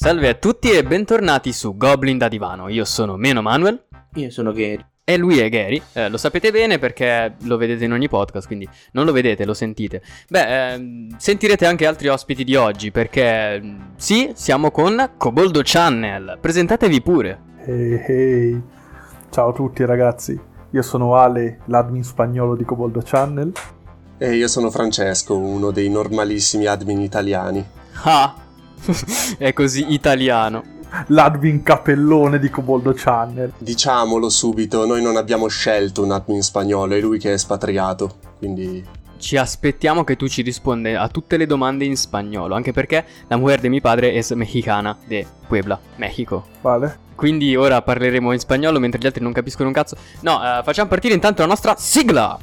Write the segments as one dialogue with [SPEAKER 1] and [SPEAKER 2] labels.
[SPEAKER 1] Salve a tutti e bentornati su Goblin da Divano. Io sono Meno Manuel.
[SPEAKER 2] Io sono Gary.
[SPEAKER 1] E lui è Gary. Lo sapete bene perché lo vedete in ogni podcast, quindi non lo vedete, lo sentite. Sentirete anche altri ospiti di oggi perché sì, siamo con Coboldo Channel. Presentatevi pure.
[SPEAKER 3] Hey. Ciao a tutti ragazzi. Io sono Ale, l'admin spagnolo di Coboldo Channel.
[SPEAKER 4] E io sono Francesco, uno dei normalissimi admin italiani.
[SPEAKER 1] Ah, è così italiano.
[SPEAKER 3] L'admin capellone di Coboldo Channel.
[SPEAKER 4] Diciamolo subito, noi non abbiamo scelto un admin spagnolo, è lui che è espatriato, quindi...
[SPEAKER 1] Ci aspettiamo che tu ci risponda a tutte le domande in spagnolo, anche perché la mujer de mi padre es mexicana de Puebla, Mexico.
[SPEAKER 3] Vale.
[SPEAKER 1] Quindi ora parleremo in spagnolo mentre gli altri non capiscono un cazzo. No, facciamo partire intanto la nostra sigla.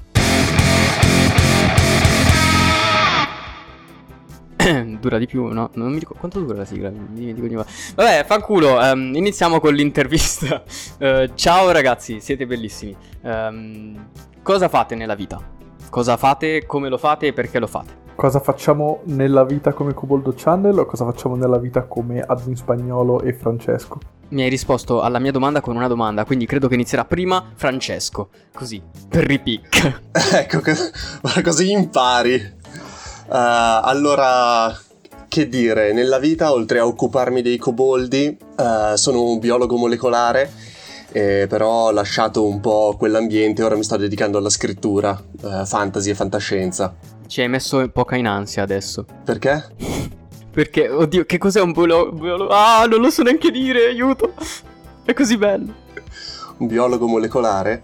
[SPEAKER 1] Dura di più, no? Non mi ricordo quanto dura la sigla. Mi dimentico di nuovo. Vabbè, fanculo. Iniziamo con l'intervista. Ciao ragazzi, siete bellissimi. Cosa fate nella vita? Cosa fate, come lo fate e perché lo fate?
[SPEAKER 3] Cosa facciamo nella vita come Coboldo Channel o cosa facciamo nella vita come admin spagnolo e Francesco?
[SPEAKER 1] Mi hai risposto alla mia domanda con una domanda, quindi credo che inizierà prima Francesco. Così, per ripic.
[SPEAKER 4] Ecco, così impari. Allora, che dire, nella vita, oltre a occuparmi dei coboldi, sono un biologo molecolare, però ho lasciato un po' quell'ambiente e ora mi sto dedicando alla scrittura, fantasy e fantascienza.
[SPEAKER 1] Ci hai messo poca in ansia adesso.
[SPEAKER 4] Perché?
[SPEAKER 1] Perché, oddio, che cos'è un biologo? Ah, non lo so neanche dire, aiuto. È così bello.
[SPEAKER 4] Un biologo molecolare,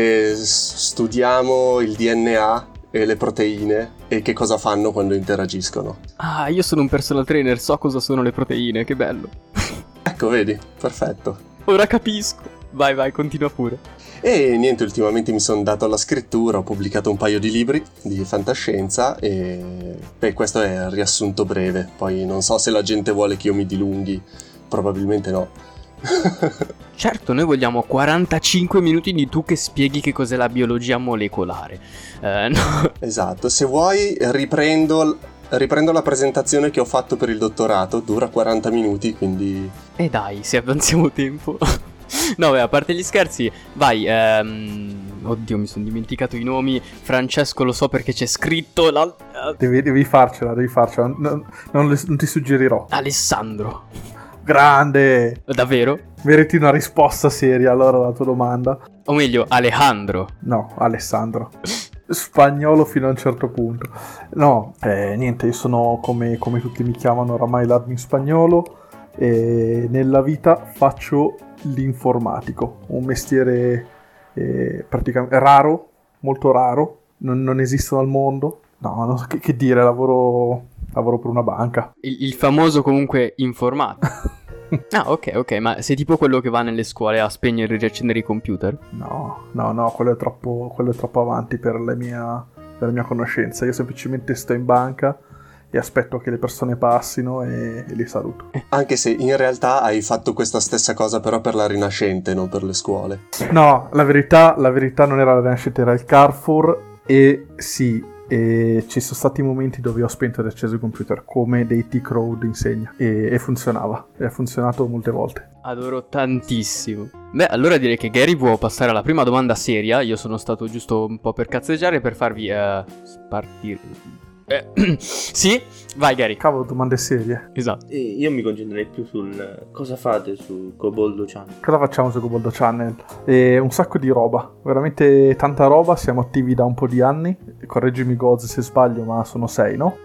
[SPEAKER 4] studiamo il DNA e le proteine e che cosa fanno quando interagiscono.
[SPEAKER 1] Ah, io sono un personal trainer, so cosa sono le proteine, che bello.
[SPEAKER 4] Ecco, vedi, perfetto.
[SPEAKER 1] Ora capisco. Vai, continua pure.
[SPEAKER 4] E niente, ultimamente mi sono dato alla scrittura, ho pubblicato un paio di libri di fantascienza e questo è il riassunto breve. Poi non so se la gente vuole che io mi dilunghi, probabilmente no.
[SPEAKER 1] Certo, noi vogliamo 45 minuti di tu che spieghi che cos'è la biologia molecolare. No.
[SPEAKER 4] Esatto, se vuoi riprendo la presentazione che ho fatto per il dottorato, dura 40 minuti, quindi...
[SPEAKER 1] E dai, se avanziamo tempo. No, beh, a parte gli scherzi, vai, oddio, mi sono dimenticato i nomi. Francesco lo so perché c'è scritto
[SPEAKER 3] Devi farcela. Non ti suggerirò.
[SPEAKER 1] Alessandro.
[SPEAKER 3] Grande!
[SPEAKER 1] Davvero?
[SPEAKER 3] Meriti una risposta seria allora alla tua domanda.
[SPEAKER 1] O meglio, Alejandro.
[SPEAKER 3] No, Alessandro. Spagnolo fino a un certo punto. No, niente, io sono come tutti mi chiamano oramai l'admin spagnolo e nella vita faccio l'informatico, un mestiere praticamente raro, molto raro, non esistono al mondo. No, non so che dire, lavoro per una banca.
[SPEAKER 1] Il famoso comunque informatico. Ah, ok, ma sei tipo quello che va nelle scuole a spegnere e riaccendere i computer?
[SPEAKER 3] No, quello è troppo avanti per la mia conoscenza. Io semplicemente sto in banca e aspetto che le persone passino e li saluto.
[SPEAKER 4] Anche se in realtà hai fatto questa stessa cosa però per la Rinascente, non per le scuole.
[SPEAKER 3] No, la verità non era la Rinascente, era il Carrefour e sì... E ci sono stati momenti dove ho spento ed acceso il computer come dei T-Crowd insegna e funzionava, e ha funzionato molte volte.
[SPEAKER 1] Adoro tantissimo. Beh, allora direi che Gary può passare alla prima domanda seria. Io sono stato giusto un po' per cazzeggiare per farvi spartire. Sì, vai Gary.
[SPEAKER 3] Cavolo, domande serie.
[SPEAKER 1] Esatto.
[SPEAKER 2] Io mi concentrerei più sul cosa fate su Coboldo Channel.
[SPEAKER 3] Cosa facciamo su Coboldo Channel? Un sacco di roba, veramente tanta roba, siamo attivi da un po' di anni. Correggimi Goz se sbaglio, ma sono 6, no?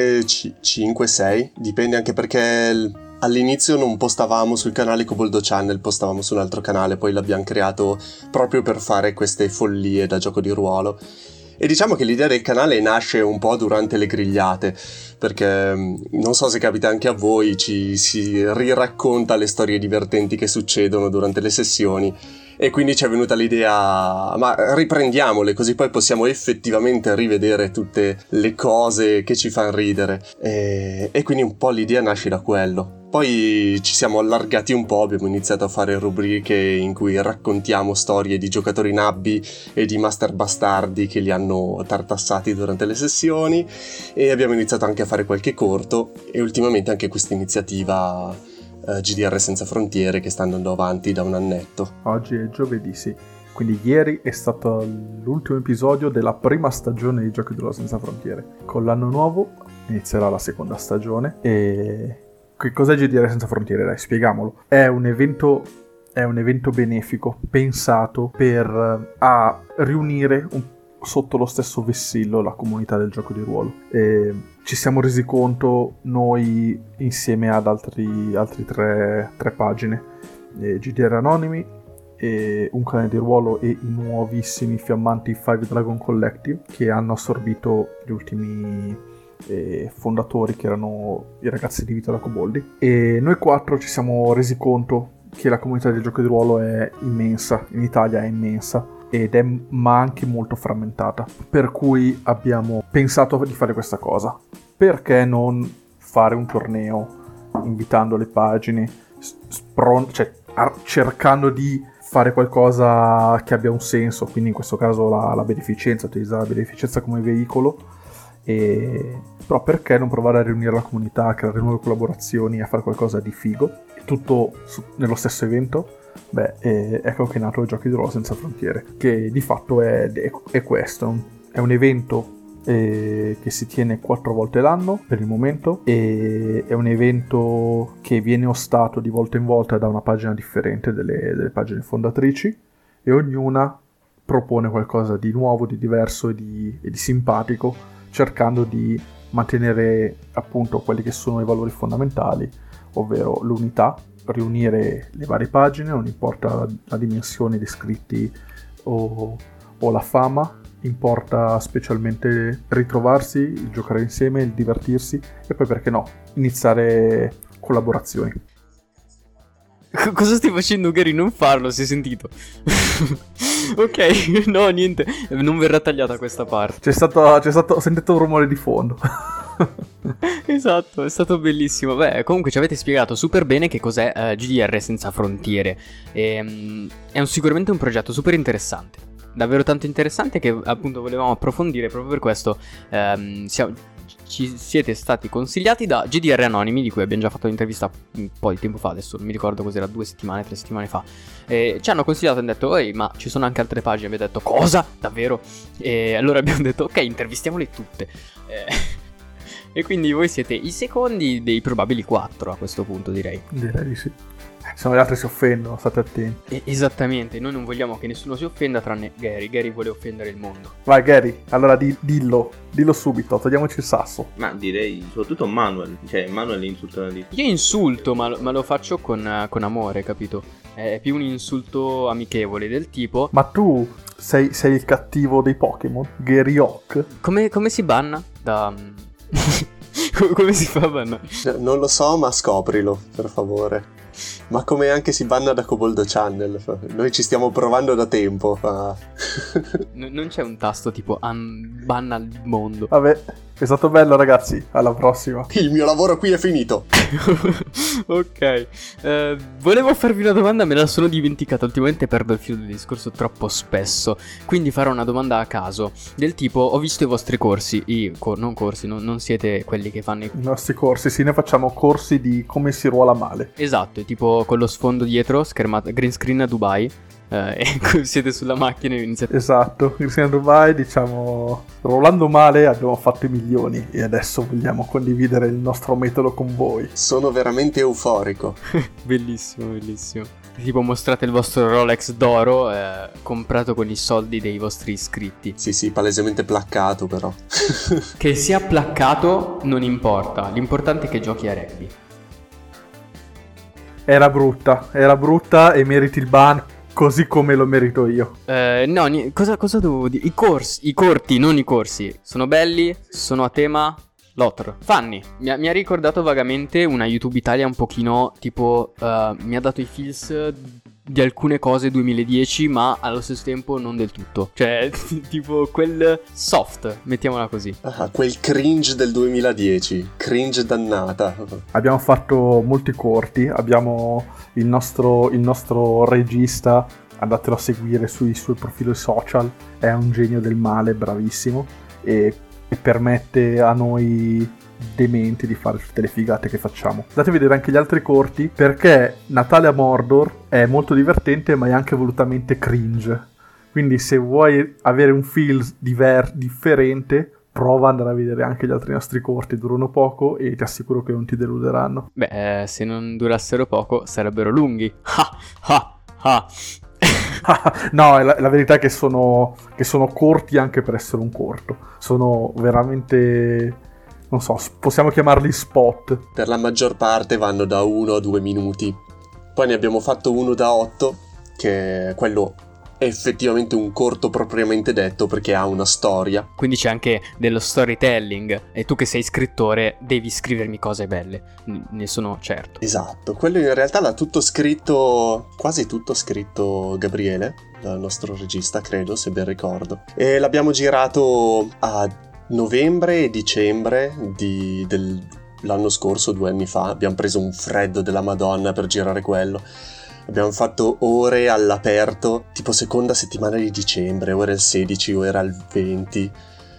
[SPEAKER 4] 5-6, dipende anche perché all'inizio non postavamo sul canale Coboldo Channel, postavamo su un altro canale, poi l'abbiamo creato proprio per fare queste follie da gioco di ruolo. E diciamo che l'idea del canale nasce un po' durante le grigliate, perché non so se capita anche a voi, si riracconta le storie divertenti che succedono durante le sessioni e quindi ci è venuta l'idea, ma riprendiamole così poi possiamo effettivamente rivedere tutte le cose che ci fanno ridere e quindi un po' l'idea nasce da quello. Poi ci siamo allargati un po', abbiamo iniziato a fare rubriche in cui raccontiamo storie di giocatori nabbi e di master bastardi che li hanno tartassati durante le sessioni e abbiamo iniziato anche a fare qualche corto e ultimamente anche questa iniziativa GDR Senza Frontiere, che sta andando avanti da un annetto.
[SPEAKER 3] Oggi è giovedì, sì. Quindi ieri è stato l'ultimo episodio della prima stagione di Giochi di Ruolo Senza Frontiere. Con l'anno nuovo inizierà la seconda stagione. E che cos'è GDR Senza Frontiere? Dai, spieghiamolo. È un evento benefico pensato per riunire sotto lo stesso vessillo la comunità del gioco di ruolo. E ci siamo resi conto noi insieme ad altri tre pagine, GDR Anonimi, e un canale di ruolo e i nuovissimi fiammanti Five Dragon Collective, che hanno assorbito gli ultimi fondatori, che erano i ragazzi di Vita da Coboldi. E noi 4 ci siamo resi conto che la comunità del gioco di ruolo è immensa, in Italia è immensa, ma anche molto frammentata, per cui abbiamo pensato di fare questa cosa. Perché non fare un torneo invitando le pagine, cercando di fare qualcosa che abbia un senso, quindi in questo caso la beneficenza, utilizzare la beneficenza come veicolo, però perché non provare a riunire la comunità, a creare nuove collaborazioni, a fare qualcosa di figo, tutto nello stesso evento? Ecco che è nato il Giochi di Ruolo Senza Frontiere, che di fatto è questo, è un evento che si tiene 4 volte l'anno per il momento, e è un evento che viene ostato di volta in volta da una pagina differente delle pagine fondatrici, e ognuna propone qualcosa di nuovo, di diverso e di simpatico, cercando di mantenere appunto quelli che sono i valori fondamentali, ovvero l'unità, riunire le varie pagine, non importa la dimensione di iscritti o la fama, importa specialmente ritrovarsi, il giocare insieme, il divertirsi, e poi perché no, iniziare collaborazioni.
[SPEAKER 1] Cosa stai facendo, Gary? Non farlo, si è sentito. Ok, no, niente, non verrà tagliata questa parte.
[SPEAKER 3] C'è stato, ho sentito un rumore di fondo.
[SPEAKER 1] Esatto, è stato bellissimo. Comunque ci avete spiegato super bene che cos'è GDR Senza Frontiere. È sicuramente un progetto super interessante, davvero tanto interessante, che appunto volevamo approfondire. Proprio per questo ci siete stati consigliati da GDR Anonimi, di cui abbiamo già fatto un'intervista un po' di tempo fa, adesso non mi ricordo cos'era, 2 settimane, 3 settimane fa. Ci hanno consigliato e hanno detto: ehi, ma ci sono anche altre pagine. Abbiamo detto: cosa? Davvero? E allora abbiamo detto: ok, intervistiamole tutte. E quindi voi siete i secondi dei probabili 4 a questo punto, direi.
[SPEAKER 3] Direi di sì. Se no gli altri si offendono, state attenti.
[SPEAKER 1] Esattamente, noi non vogliamo che nessuno si offenda tranne Gary. Gary vuole offendere il mondo.
[SPEAKER 3] Vai Gary, allora dillo subito, togliamoci il sasso.
[SPEAKER 2] Ma direi soprattutto Manuel, cioè Manuel insulta lì.
[SPEAKER 1] Io insulto, ma lo faccio con amore, capito? È più un insulto amichevole, del tipo:
[SPEAKER 3] ma tu sei il cattivo dei Pokémon, Gary Hawk?
[SPEAKER 1] Come si banna da... Come si fa a bannare?
[SPEAKER 4] Non lo so, ma scoprilo, per favore. Ma come anche si banna da Coboldo Channel? Noi ci stiamo provando da tempo.
[SPEAKER 1] Non c'è un tasto tipo banna il mondo.
[SPEAKER 3] Vabbè, è stato bello ragazzi, alla prossima.
[SPEAKER 4] Il mio lavoro qui è finito.
[SPEAKER 1] Ok, volevo farvi una domanda, me la sono dimenticata. Ultimamente perdo il filo del discorso troppo spesso, quindi farò una domanda a caso, del tipo: ho visto i vostri corsi, non siete quelli che fanno i
[SPEAKER 3] nostri corsi, sì, ne facciamo corsi di come si ruola male.
[SPEAKER 1] Esatto, tipo con lo sfondo dietro, schermata, green screen a Dubai, e siete sulla macchina e iniziate.
[SPEAKER 3] Esatto, green screen a Dubai, diciamo, ruolando male abbiamo fatto i milioni e adesso vogliamo condividere il nostro metodo con voi.
[SPEAKER 4] Sono veramente euforico.
[SPEAKER 1] Bellissimo, bellissimo. Tipo mostrate il vostro Rolex d'oro comprato con i soldi dei vostri iscritti.
[SPEAKER 4] Sì, palesemente placcato però.
[SPEAKER 1] Che sia placcato non importa, l'importante è che giochi a rugby.
[SPEAKER 3] Era brutta e meriti il ban così come lo merito io.
[SPEAKER 1] No, cosa devo dire? I corti, non i corsi. Sono belli, sono a tema Lotr. Fanny. Mi ha ricordato vagamente una YouTube Italia un pochino tipo... mi ha dato i feels di alcune cose 2010, ma allo stesso tempo non del tutto. Cioè, tipo quel soft, mettiamola così.
[SPEAKER 4] Quel cringe del 2010. Cringe dannata.
[SPEAKER 3] Abbiamo fatto molti corti, abbiamo il nostro regista, andatelo a seguire sui suoi profili social, è un genio del male, bravissimo, e permette a noi dementi di fare tutte le figate che facciamo. Andate a vedere anche gli altri corti, perché Natale a Mordor è molto divertente ma è anche volutamente cringe. Quindi se vuoi avere un feel differente, prova ad andare a vedere anche gli altri nostri corti, durano poco e ti assicuro che non ti deluderanno.
[SPEAKER 1] Beh, se non durassero poco sarebbero lunghi.
[SPEAKER 3] No, la verità è che sono corti anche per essere un corto. Sono veramente, non so, possiamo chiamarli spot.
[SPEAKER 4] Per la maggior parte vanno da 1 a 2 minuti. Poi ne abbiamo fatto uno da 8, che quello è effettivamente un corto propriamente detto perché ha una storia.
[SPEAKER 1] Quindi c'è anche dello storytelling e tu che sei scrittore devi scrivermi cose belle, ne sono certo.
[SPEAKER 4] Esatto, quello in realtà l'ha tutto scritto, quasi tutto scritto Gabriele, il nostro regista credo, se ben ricordo. E l'abbiamo girato a novembre e dicembre dell'anno scorso, 2 anni fa. Abbiamo preso un freddo della Madonna per girare quello. Abbiamo fatto ore all'aperto, tipo seconda settimana di dicembre, o era il 16 o era il 20.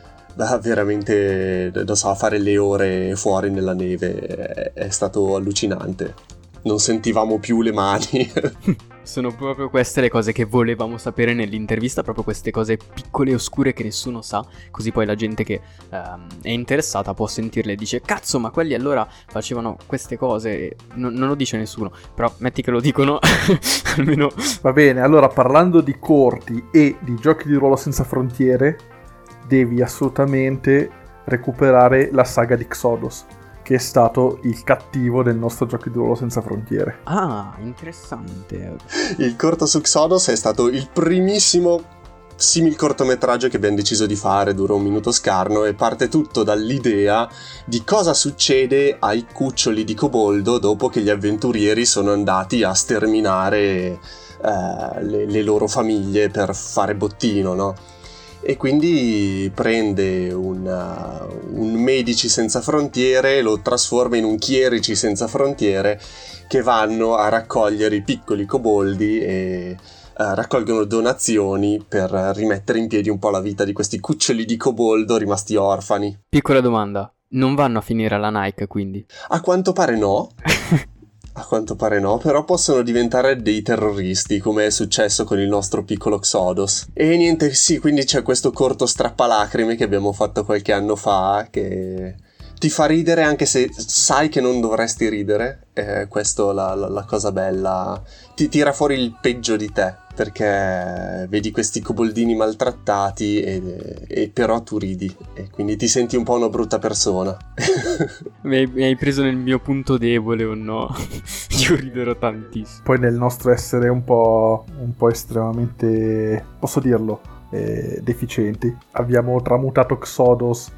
[SPEAKER 4] Veramente, non so, fare le ore fuori nella neve è stato allucinante. Non sentivamo più le mani.
[SPEAKER 1] Sono proprio queste le cose che volevamo sapere nell'intervista, proprio queste cose piccole e oscure che nessuno sa, così poi la gente che è interessata può sentirle e dice cazzo, ma quelli allora facevano queste cose. Non lo dice nessuno, però metti che lo dicono almeno.
[SPEAKER 3] Va bene, allora parlando di corti e di giochi di ruolo senza frontiere, devi assolutamente recuperare la saga di Xodus, che è stato il cattivo del nostro gioco di ruolo senza frontiere.
[SPEAKER 1] Ah, interessante.
[SPEAKER 4] Il corto su Xodus è stato il primissimo simil cortometraggio che abbiamo deciso di fare, dura 1 minuto scarno e parte tutto dall'idea di cosa succede ai cuccioli di Coboldo dopo che gli avventurieri sono andati a sterminare le loro famiglie per fare bottino, no? E quindi prende un Medici senza frontiere, lo trasforma in un Chierici senza frontiere, che vanno a raccogliere i piccoli coboldi e raccolgono donazioni per rimettere in piedi un po' la vita di questi cuccioli di coboldo rimasti orfani.
[SPEAKER 1] Piccola domanda, non vanno a finire alla Nike quindi?
[SPEAKER 4] A quanto pare no. A quanto pare no, però possono diventare dei terroristi, come è successo con il nostro piccolo Xodus. E niente, sì, quindi c'è questo corto strappalacrime che abbiamo fatto qualche anno fa, che ti fa ridere anche se sai che non dovresti ridere. Questo la cosa bella. Ti tira fuori il peggio di te, perché vedi questi coboldini maltrattati e però tu ridi. E quindi ti senti un po' una brutta persona.
[SPEAKER 1] Mi hai preso nel mio punto debole o no? Io riderò tantissimo.
[SPEAKER 3] Poi nel nostro essere un po' estremamente, posso dirlo, deficienti, abbiamo tramutato Xodus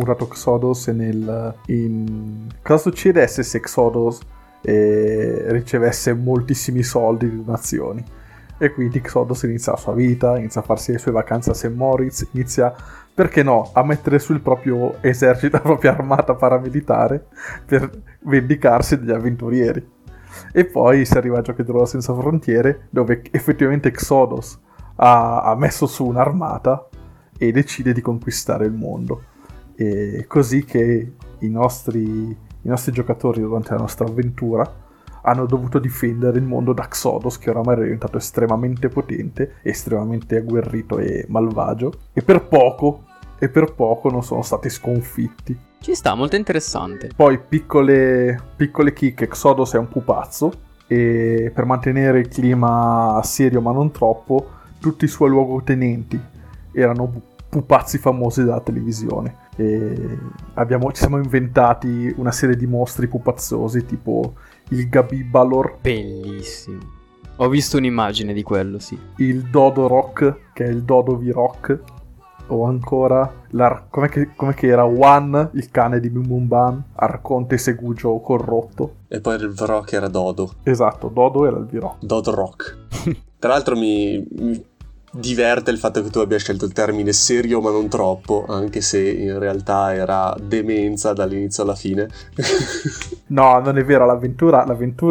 [SPEAKER 3] cosa succedesse se Xodus ricevesse moltissimi soldi di donazioni. E quindi Xodus inizia la sua vita, inizia a farsi le sue vacanze a St. Moritz, inizia, perché no, a mettere su il proprio esercito, la propria armata paramilitare per vendicarsi degli avventurieri. E poi si arriva a Giochi di Ruolo Senza Frontiere, dove effettivamente Xodus ha messo su un'armata e decide di conquistare il mondo. E così che i nostri giocatori durante la nostra avventura hanno dovuto difendere il mondo da Xodus, che oramai era diventato estremamente potente, estremamente agguerrito e malvagio, e per poco non sono stati sconfitti.
[SPEAKER 1] Ci sta, molto interessante.
[SPEAKER 3] Poi piccole chicche, Xodus è un pupazzo e per mantenere il clima serio ma non troppo, tutti i suoi luogotenenti erano pupazzi famosi della televisione. E ci siamo inventati una serie di mostri pupazzosi tipo il Gabibalor,
[SPEAKER 1] Bellissimo. Ho visto un'immagine di quello, sì.
[SPEAKER 3] il Dodo Rock, che è il Dodo V-Rock, o ancora com'è che era One, il cane di Bim Bum Bam, Arconte Segugio corrotto.
[SPEAKER 4] E poi il V-Rock era Dodo.
[SPEAKER 3] Esatto, Dodo era il V-Rock.
[SPEAKER 4] Dodo Rock. Tra l'altro mi diverte il fatto che tu abbia scelto il termine serio ma non troppo, anche se in realtà era demenza dall'inizio alla fine.
[SPEAKER 3] No, non è vero, l'avventura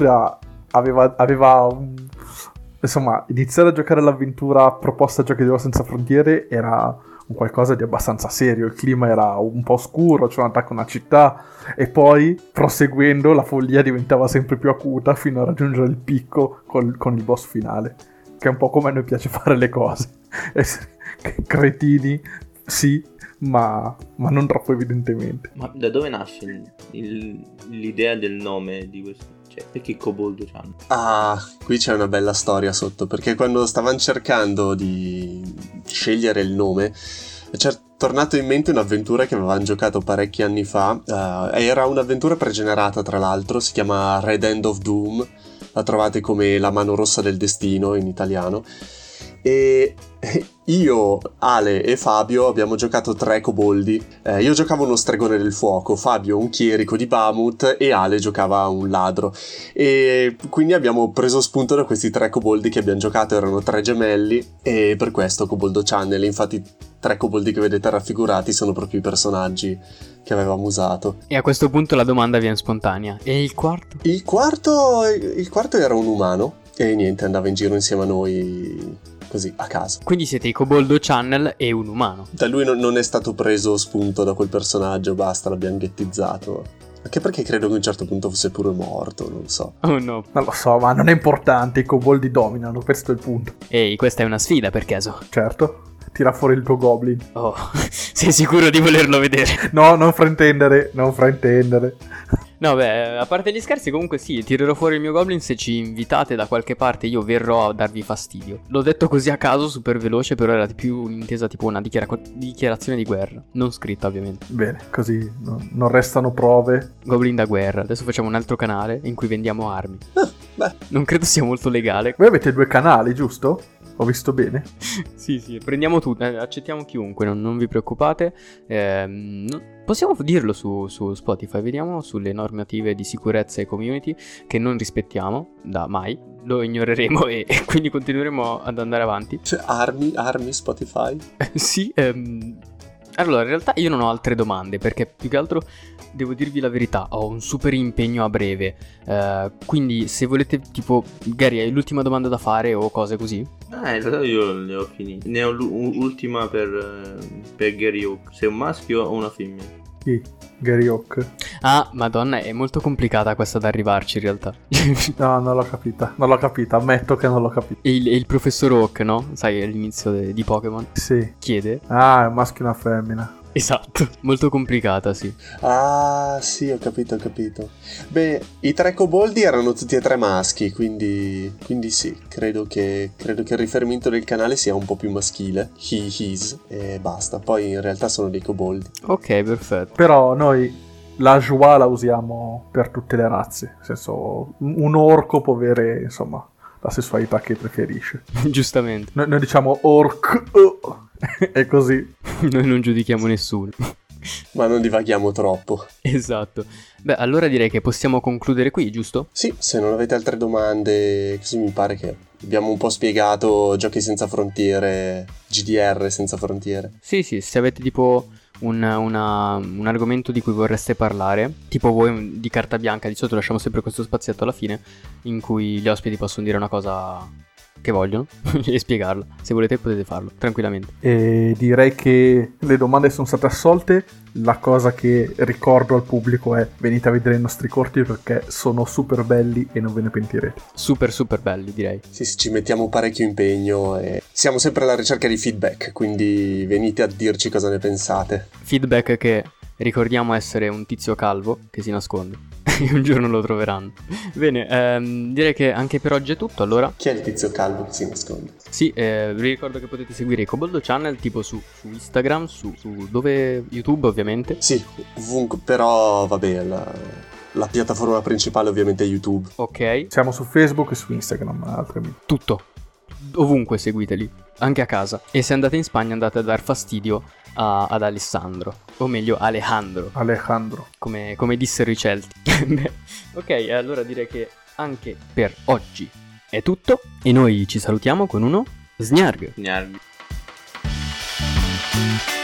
[SPEAKER 3] aveva insomma, iniziare a giocare all'avventura proposta a Giochi di Ruolo Senza Frontiere era un qualcosa di abbastanza serio. Il clima era un po' scuro, c'era un attacco a una città, e poi proseguendo la follia diventava sempre più acuta fino a raggiungere il picco con il boss finale, che è un po' come a noi piace fare le cose. Essere cretini, sì, ma non troppo evidentemente.
[SPEAKER 2] Ma da dove nasce l'idea del nome di questo? Cioè, perché Kobold Channel?
[SPEAKER 4] Ah, qui c'è una bella storia sotto, perché quando stavano cercando di scegliere il nome, ci è tornato in mente un'avventura che avevamo giocato parecchi anni fa. Era un'avventura pregenerata, tra l'altro, si chiama Red Hand of Doom, la trovate come La mano rossa del destino in italiano. E io, Ale e Fabio abbiamo giocato 3 coboldi. Io giocavo uno stregone del fuoco, Fabio un chierico di Bahamut e Ale giocava un ladro. E quindi abbiamo preso spunto da questi 3 coboldi che abbiamo giocato. Erano 3 gemelli e per questo Koboldo Channel. Infatti 3 coboldi che vedete raffigurati sono proprio i personaggi che avevamo usato.
[SPEAKER 1] E a questo punto la domanda viene spontanea. E il quarto?
[SPEAKER 4] Il quarto era un umano e niente, andava in giro insieme a noi così a caso.
[SPEAKER 1] Quindi siete i Koboldo Channel e un umano.
[SPEAKER 4] Da lui non è stato preso spunto da quel personaggio, basta, l'abbiamo ghettizzato. Anche perché credo che a un certo punto fosse pure morto, non so.
[SPEAKER 1] Oh no.
[SPEAKER 3] Non lo so, ma non è importante, i koboldi dominano, questo è il punto.
[SPEAKER 1] Ehi, questa è una sfida per caso.
[SPEAKER 3] Certo, tira fuori il tuo goblin.
[SPEAKER 1] Oh, sei sicuro di volerlo vedere?
[SPEAKER 3] No, non fraintendere.
[SPEAKER 1] No, beh, a parte gli scherzi, comunque sì, tirerò fuori il mio goblin se ci invitate da qualche parte, io verrò a darvi fastidio. L'ho detto così a caso, super veloce, però era più un'intesa tipo una dichiarazione di guerra, non scritta ovviamente.
[SPEAKER 3] Bene, così non restano prove.
[SPEAKER 1] Goblin da guerra, adesso facciamo un altro canale in cui vendiamo armi.
[SPEAKER 4] Beh,
[SPEAKER 1] Non credo sia molto legale.
[SPEAKER 3] Voi avete 2 canali, giusto? Ho visto bene?
[SPEAKER 1] Sì, prendiamo tutto, accettiamo chiunque, non vi preoccupate. Possiamo dirlo su Spotify, vediamo sulle normative di sicurezza e community che non rispettiamo da mai, lo ignoreremo e quindi continueremo ad andare avanti.
[SPEAKER 4] cioè, armi, Spotify.
[SPEAKER 1] Sì, allora in realtà io non ho altre domande perché più che altro devo dirvi la verità, ho un super impegno a breve, quindi se volete tipo Gary hai l'ultima domanda da fare o cose così?
[SPEAKER 2] In realtà io ne ho finite. Ne ho l'ultima per Gary Hook. Sei un maschio o una femmina?
[SPEAKER 3] Sì, Gary Hawk.
[SPEAKER 1] Ah, madonna, è molto complicata questa da arrivarci in realtà.
[SPEAKER 3] No, non l'ho capita, ammetto che non l'ho capita.
[SPEAKER 1] E il professor Oak, no? Sai, all'inizio di Pokémon
[SPEAKER 3] Sì.
[SPEAKER 1] chiede.
[SPEAKER 3] Ah, è un maschio e una femmina.
[SPEAKER 1] Esatto, molto complicata, sì.
[SPEAKER 4] Ah, sì, ho capito. Beh, i 3 coboldi erano tutti e 3 maschi, quindi sì, credo che il riferimento del canale sia un po' più maschile. His, e basta. Poi in realtà sono dei coboldi.
[SPEAKER 1] Ok, perfetto.
[SPEAKER 3] Però noi la joie la usiamo per tutte le razze. Nel senso, un orco può avere, insomma, la sessualità che preferisce.
[SPEAKER 1] Giustamente.
[SPEAKER 3] Noi diciamo orc, è così.
[SPEAKER 1] Noi non giudichiamo nessuno.
[SPEAKER 4] Ma non divaghiamo troppo.
[SPEAKER 1] Esatto. Beh, allora direi che possiamo concludere qui, giusto?
[SPEAKER 4] Sì, se non avete altre domande, così mi pare che abbiamo un po' spiegato Giochi Senza Frontiere, GDR Senza Frontiere.
[SPEAKER 1] Sì, se avete tipo un argomento di cui vorreste parlare, tipo voi di carta bianca, di solito lasciamo sempre questo spazietto alla fine in cui gli ospiti possono dire una cosa che vogliono e spiegarla. Se volete potete farlo tranquillamente.
[SPEAKER 3] E direi che le domande sono state assolte. La cosa che ricordo al pubblico è: venite a vedere i nostri corti perché sono super belli e non ve ne pentirete.
[SPEAKER 1] Super belli, direi.
[SPEAKER 4] Sì, ci mettiamo parecchio impegno e siamo sempre alla ricerca di feedback, quindi venite a dirci cosa ne pensate.
[SPEAKER 1] Feedback che ricordiamo essere un tizio calvo che si nasconde. E un giorno lo troveranno. Bene, direi che anche per oggi è tutto, allora.
[SPEAKER 4] Chi è il tizio calvo che si nasconde?
[SPEAKER 1] Sì, vi ricordo che potete seguire i Koboldo Channel tipo su Instagram, su dove YouTube ovviamente.
[SPEAKER 4] Sì, ovunque, però vabbè, la piattaforma principale ovviamente è YouTube.
[SPEAKER 1] Ok,
[SPEAKER 3] Siamo su Facebook e su Instagram, altrimenti.
[SPEAKER 1] tutto. Ovunque seguiteli, anche a casa. E se andate in Spagna andate a dar fastidio ad Alessandro, o meglio Alejandro, come dissero i Celti. Beh, ok, allora direi che anche per oggi è tutto e noi ci salutiamo con uno Snarg.
[SPEAKER 2] Gnarmi.